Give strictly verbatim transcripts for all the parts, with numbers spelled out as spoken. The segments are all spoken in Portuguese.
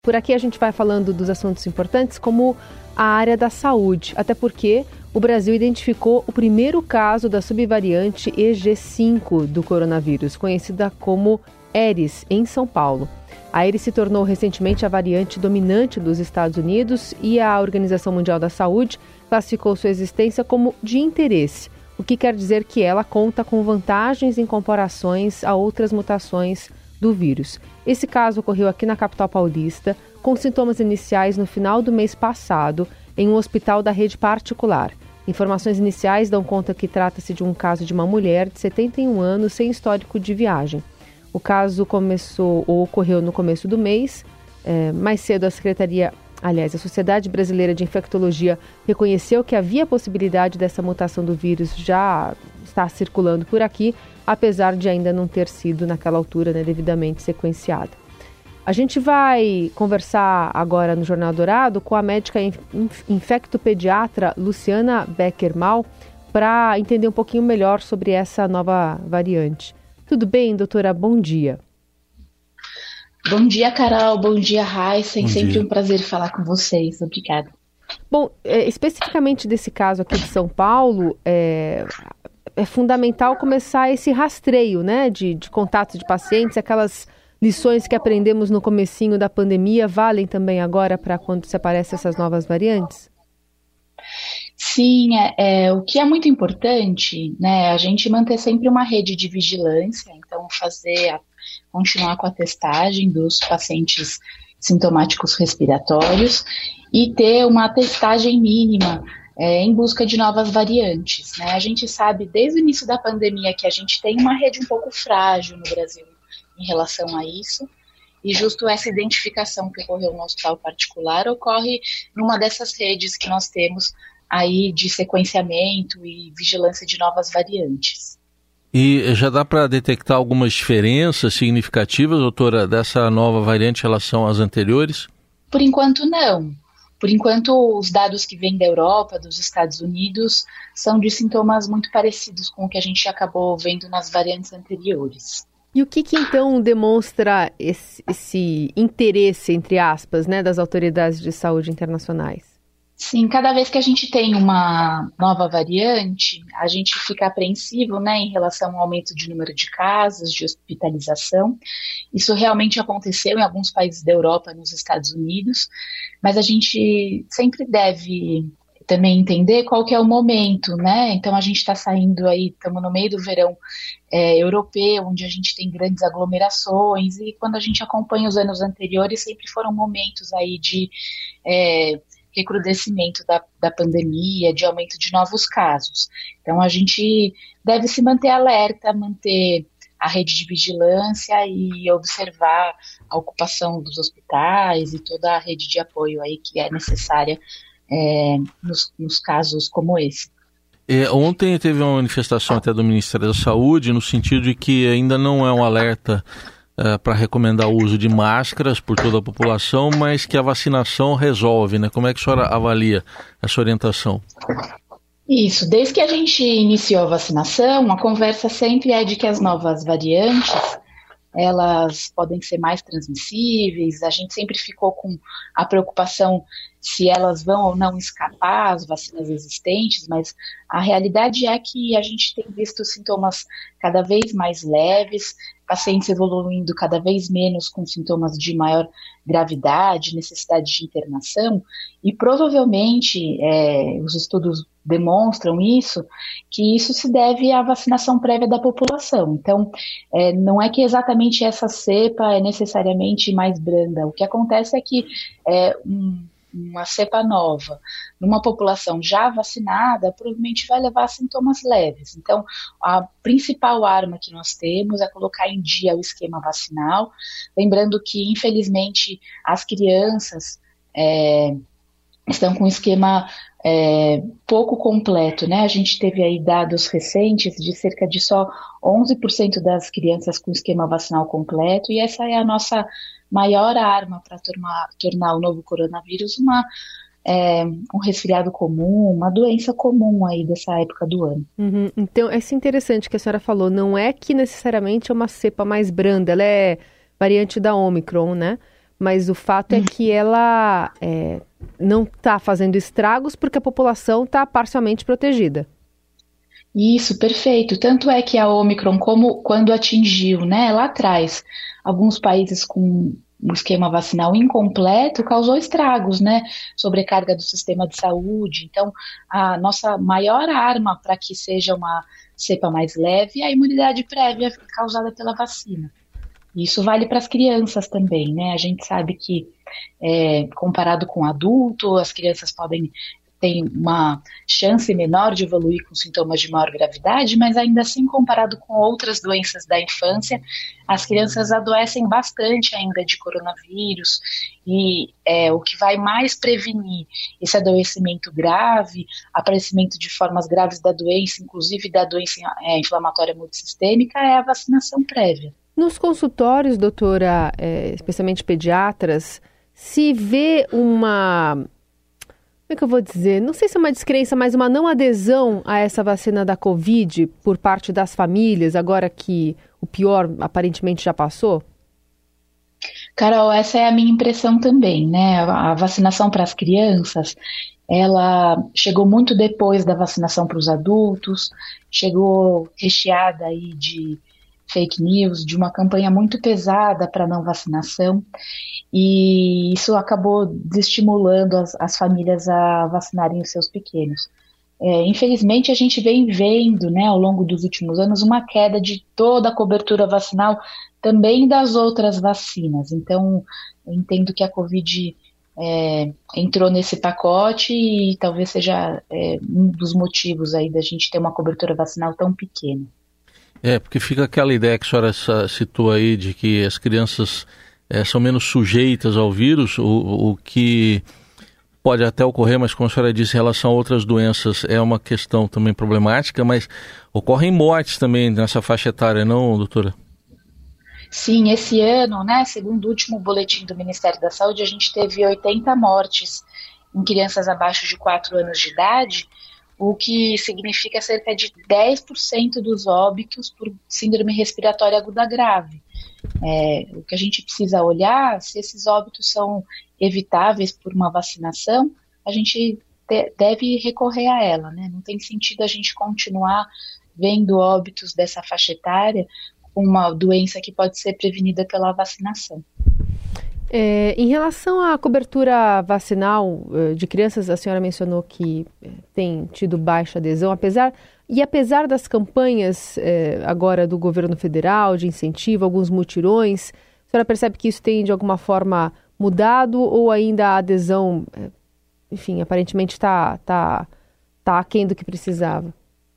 Por aqui a gente vai falando dos assuntos importantes como a área da saúde, até porque o Brasil identificou o primeiro caso da subvariante E G cinco do coronavírus, conhecida como Eris, em São Paulo. A Eris se tornou recentemente a variante dominante dos Estados Unidos e a Organização Mundial da Saúde classificou sua existência como de interesse, o que quer dizer que ela conta com vantagens em comparações a outras mutações do vírus. Esse caso ocorreu aqui na capital paulista, com sintomas iniciais no final do mês passado, em um hospital da rede particular. Informações iniciais dão conta que trata-se de um caso de uma mulher de setenta e um anos sem histórico de viagem. O caso começou ou ocorreu no começo do mês. É, mais cedo a Secretaria, aliás, a Sociedade Brasileira de Infectologia reconheceu que havia possibilidade dessa mutação do vírus já estar circulando por aqui, apesar de ainda não ter sido, naquela altura, né, devidamente sequenciada. A gente vai conversar agora no Jornal Dourado com a médica infectopediatra Luciana Becker-Mal para entender um pouquinho melhor sobre essa nova variante. Tudo bem, doutora? Bom dia. Bom dia, Carol. Bom dia, Raíssa. É sempre um prazer falar com vocês. Obrigada. Bom, é, especificamente desse caso aqui de São Paulo, é, é fundamental começar esse rastreio, né, de, de contatos de pacientes, aquelas lições que aprendemos no comecinho da pandemia valem também agora para quando se aparecem essas novas variantes? Sim, é, é, o que é muito importante, né, a gente manter sempre uma rede de vigilância, então fazer, a, continuar com a testagem dos pacientes sintomáticos respiratórios e ter uma testagem mínima é, em busca de novas variantes, né? A gente sabe desde o início da pandemia que a gente tem uma rede um pouco frágil no Brasil em relação a isso, e justo essa identificação que ocorreu no hospital particular ocorre numa dessas redes que nós temos aí de sequenciamento e vigilância de novas variantes. E já dá para detectar algumas diferenças significativas, doutora, dessa nova variante em relação às anteriores? Por enquanto, não. Por enquanto, os dados que vêm da Europa, dos Estados Unidos, são de sintomas muito parecidos com o que a gente acabou vendo nas variantes anteriores. E o que, que então demonstra esse, esse interesse, entre aspas, né, das autoridades de saúde internacionais? Sim, cada vez que a gente tem uma nova variante, a gente fica apreensivo, né, em relação ao aumento de número de casos, de hospitalização. Isso realmente aconteceu em alguns países da Europa, nos Estados Unidos, mas a gente sempre deve também entender qual que é o momento, né? Então a gente está saindo aí, estamos no meio do verão é, europeu, onde a gente tem grandes aglomerações, e quando a gente acompanha os anos anteriores, sempre foram momentos aí de é, recrudescimento da, da pandemia, de aumento de novos casos. Então a gente deve se manter alerta, manter a rede de vigilância e observar a ocupação dos hospitais e toda a rede de apoio aí que é necessária É, nos, nos casos como esse. É, ontem teve uma manifestação até do Ministério da Saúde no sentido de que ainda não é um alerta é, para recomendar o uso de máscaras por toda a população, mas que a vacinação resolve, né? Como é que a senhora avalia essa orientação? Isso, desde que a gente iniciou a vacinação, a conversa sempre é de que as novas variantes elas podem ser mais transmissíveis, a gente sempre ficou com a preocupação se elas vão ou não escapar às vacinas existentes, mas a realidade é que a gente tem visto sintomas cada vez mais leves, pacientes evoluindo cada vez menos com sintomas de maior gravidade, necessidade de internação, e provavelmente é, os estudos demonstram isso, que isso se deve à vacinação prévia da população. Então, é, não é que exatamente essa cepa é necessariamente mais branda. O que acontece é que é, um, uma cepa nova, numa população já vacinada, provavelmente vai levar a sintomas leves. Então, a principal arma que nós temos é colocar em dia o esquema vacinal, lembrando que, infelizmente, as crianças é, estão com um esquema É, pouco completo, né? A gente teve aí dados recentes de cerca de só onze por cento das crianças com esquema vacinal completo, e essa é a nossa maior arma para tornar, tornar o novo coronavírus uma, é, um resfriado comum, uma doença comum aí dessa época do ano. Uhum. Então, é interessante que a senhora falou, não é que necessariamente é uma cepa mais branda, ela é variante da Omicron, né? mas o fato é que ela é, não está fazendo estragos porque a população está parcialmente protegida. Isso, perfeito. Tanto é que a Omicron, como quando atingiu, né, lá atrás, alguns países com um esquema vacinal incompleto, causou estragos, né, sobrecarga do sistema de saúde. Então, a nossa maior arma para que seja uma cepa mais leve é a imunidade prévia causada pela vacina. Isso vale para as crianças também, né? A gente sabe que, é, comparado com adulto, as crianças podem ter uma chance menor de evoluir com sintomas de maior gravidade, mas ainda assim, comparado com outras doenças da infância, as crianças adoecem bastante ainda de coronavírus, e é, o que vai mais prevenir esse adoecimento grave, aparecimento de formas graves da doença, inclusive da doença é, inflamatória multissistêmica, é a vacinação prévia. Nos consultórios, doutora, é, especialmente pediatras, se vê uma, como é que eu vou dizer, não sei se é uma descrença, mas uma não adesão a essa vacina da Covid por parte das famílias, agora que o pior aparentemente já passou? Carol, essa é a minha impressão também, né? A vacinação para as crianças, ela chegou muito depois da vacinação para os adultos, chegou recheada aí de fake news, de uma campanha muito pesada para não vacinação, e isso acabou desestimulando as, as famílias a vacinarem os seus pequenos. É, infelizmente, a gente vem vendo, né, ao longo dos últimos anos, uma queda de toda a cobertura vacinal, também das outras vacinas. Então, eu entendo que a Covid é, entrou nesse pacote e talvez seja é, um dos motivos aí da gente ter uma cobertura vacinal tão pequena. É, porque fica aquela ideia que a senhora citou aí de que as crianças é, são menos sujeitas ao vírus, o, o que pode até ocorrer, mas como a senhora disse, em relação a outras doenças é uma questão também problemática, mas ocorrem mortes também nessa faixa etária, não, doutora? Sim, esse ano, né, segundo o último boletim do Ministério da Saúde, a gente teve oitenta mortes em crianças abaixo de quatro anos de idade, o que significa cerca de dez por cento dos óbitos por síndrome respiratória aguda grave. É, o que a gente precisa olhar, se esses óbitos são evitáveis por uma vacinação, a gente te, deve recorrer a ela, né? Não tem sentido a gente continuar vendo óbitos dessa faixa etária com uma doença que pode ser prevenida pela vacinação. É, em relação à cobertura vacinal de crianças, a senhora mencionou que tem tido baixa adesão, apesar, e apesar das campanhas é, agora do governo federal, de incentivo, alguns mutirões, a senhora percebe que isso tem de alguma forma mudado ou ainda a adesão, enfim, aparentemente está tá, tá aquém do que precisava?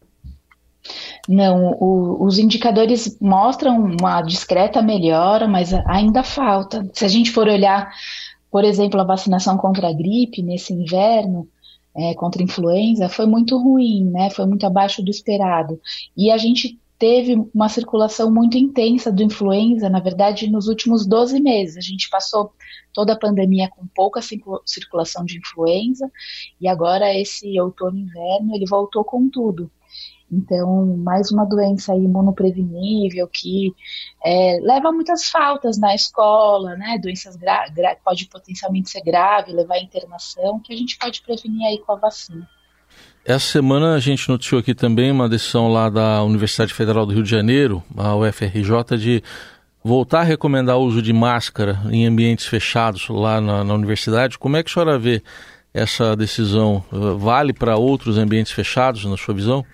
Não, o, os indicadores mostram uma discreta melhora, mas ainda falta. Se a gente for olhar, por exemplo, a vacinação contra a gripe nesse inverno, é, contra a influenza, foi muito ruim, né? Foi muito abaixo do esperado. E a gente teve uma circulação muito intensa do influenza, na verdade, nos últimos doze meses. A gente passou toda a pandemia com pouca circulação de influenza, e agora esse outono e inverno ele voltou com tudo. Então, mais uma doença imunoprevenível que é, leva a muitas faltas na escola, né? Doenças gra- gra- pode potencialmente ser grave, levar à internação, que a gente pode prevenir aí com a vacina. Essa semana a gente noticiou aqui também uma decisão lá da Universidade Federal do Rio de Janeiro, a U F R J, de voltar a recomendar o uso de máscara em ambientes fechados lá na, na universidade. Como é que a senhora vê essa decisão? Vale para outros ambientes fechados, na sua visão?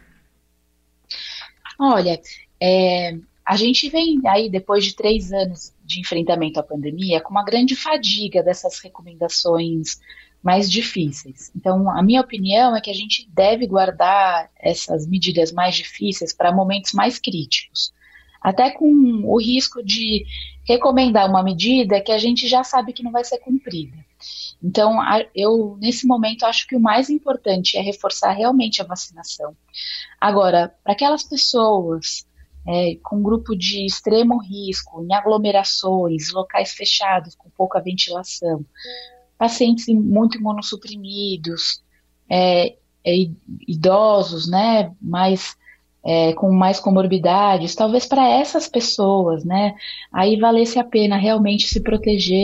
Olha, é, a gente vem aí, depois de três anos de enfrentamento à pandemia, com uma grande fadiga dessas recomendações mais difíceis. Então, a minha opinião é que a gente deve guardar essas medidas mais difíceis para momentos mais críticos, até com o risco de recomendar uma medida que a gente já sabe que não vai ser cumprida. Então, eu, nesse momento, acho que o mais importante é reforçar realmente a vacinação. Agora, para aquelas pessoas é, com grupo de extremo risco, em aglomerações, locais fechados, com pouca ventilação, pacientes muito imunossuprimidos, é, é, idosos, né, mais, é, com mais comorbidades, talvez para essas pessoas, né, aí valesse a pena realmente se proteger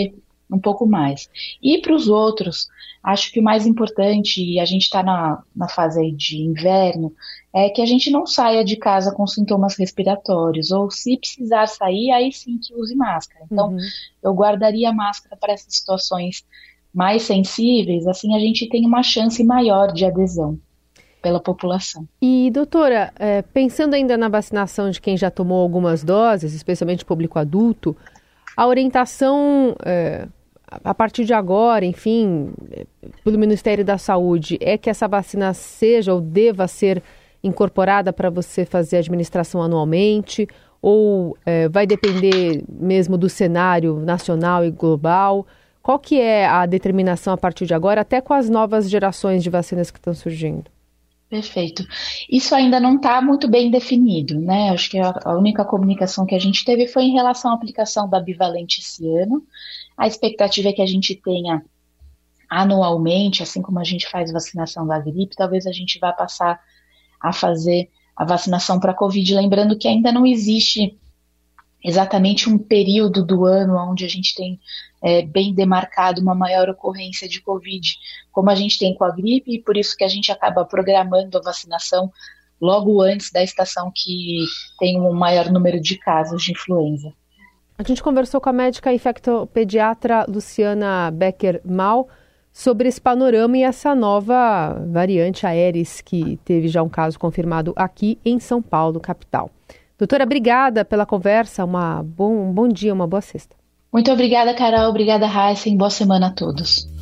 um pouco mais. E para os outros, acho que o mais importante, e a gente está na, na fase aí de inverno, é que a gente não saia de casa com sintomas respiratórios, ou se precisar sair, aí sim que use máscara. Então, uhum. eu guardaria a máscara para essas situações mais sensíveis, assim a gente tem uma chance maior de adesão pela população. E, doutora, é, pensando ainda na vacinação de quem já tomou algumas doses, especialmente público adulto, a orientação, é, a partir de agora, enfim, pelo Ministério da Saúde, é que essa vacina seja ou deva ser incorporada para você fazer a administração anualmente, ou é, vai depender mesmo do cenário nacional e global? Qual que é a determinação a partir de agora, até com as novas gerações de vacinas que estão surgindo? Perfeito. Isso ainda não está muito bem definido, né? Acho que a, a única comunicação que a gente teve foi em relação à aplicação da bivalente esse ano. A expectativa é que a gente tenha anualmente, assim como a gente faz vacinação da gripe, talvez a gente vá passar a fazer a vacinação para a Covid, lembrando que ainda não existe exatamente um período do ano onde a gente tem é, bem demarcado uma maior ocorrência de Covid, como a gente tem com a gripe, e por isso que a gente acaba programando a vacinação logo antes da estação que tem um maior número de casos de influenza. A gente conversou com a médica infectopediatra Luciana Becker-Mal sobre esse panorama e essa nova variante Aedes, que teve já um caso confirmado aqui em São Paulo, capital. Doutora, obrigada pela conversa, uma bom, um bom dia, uma boa sexta. Muito obrigada, Carol, obrigada, Heisen, boa semana a todos.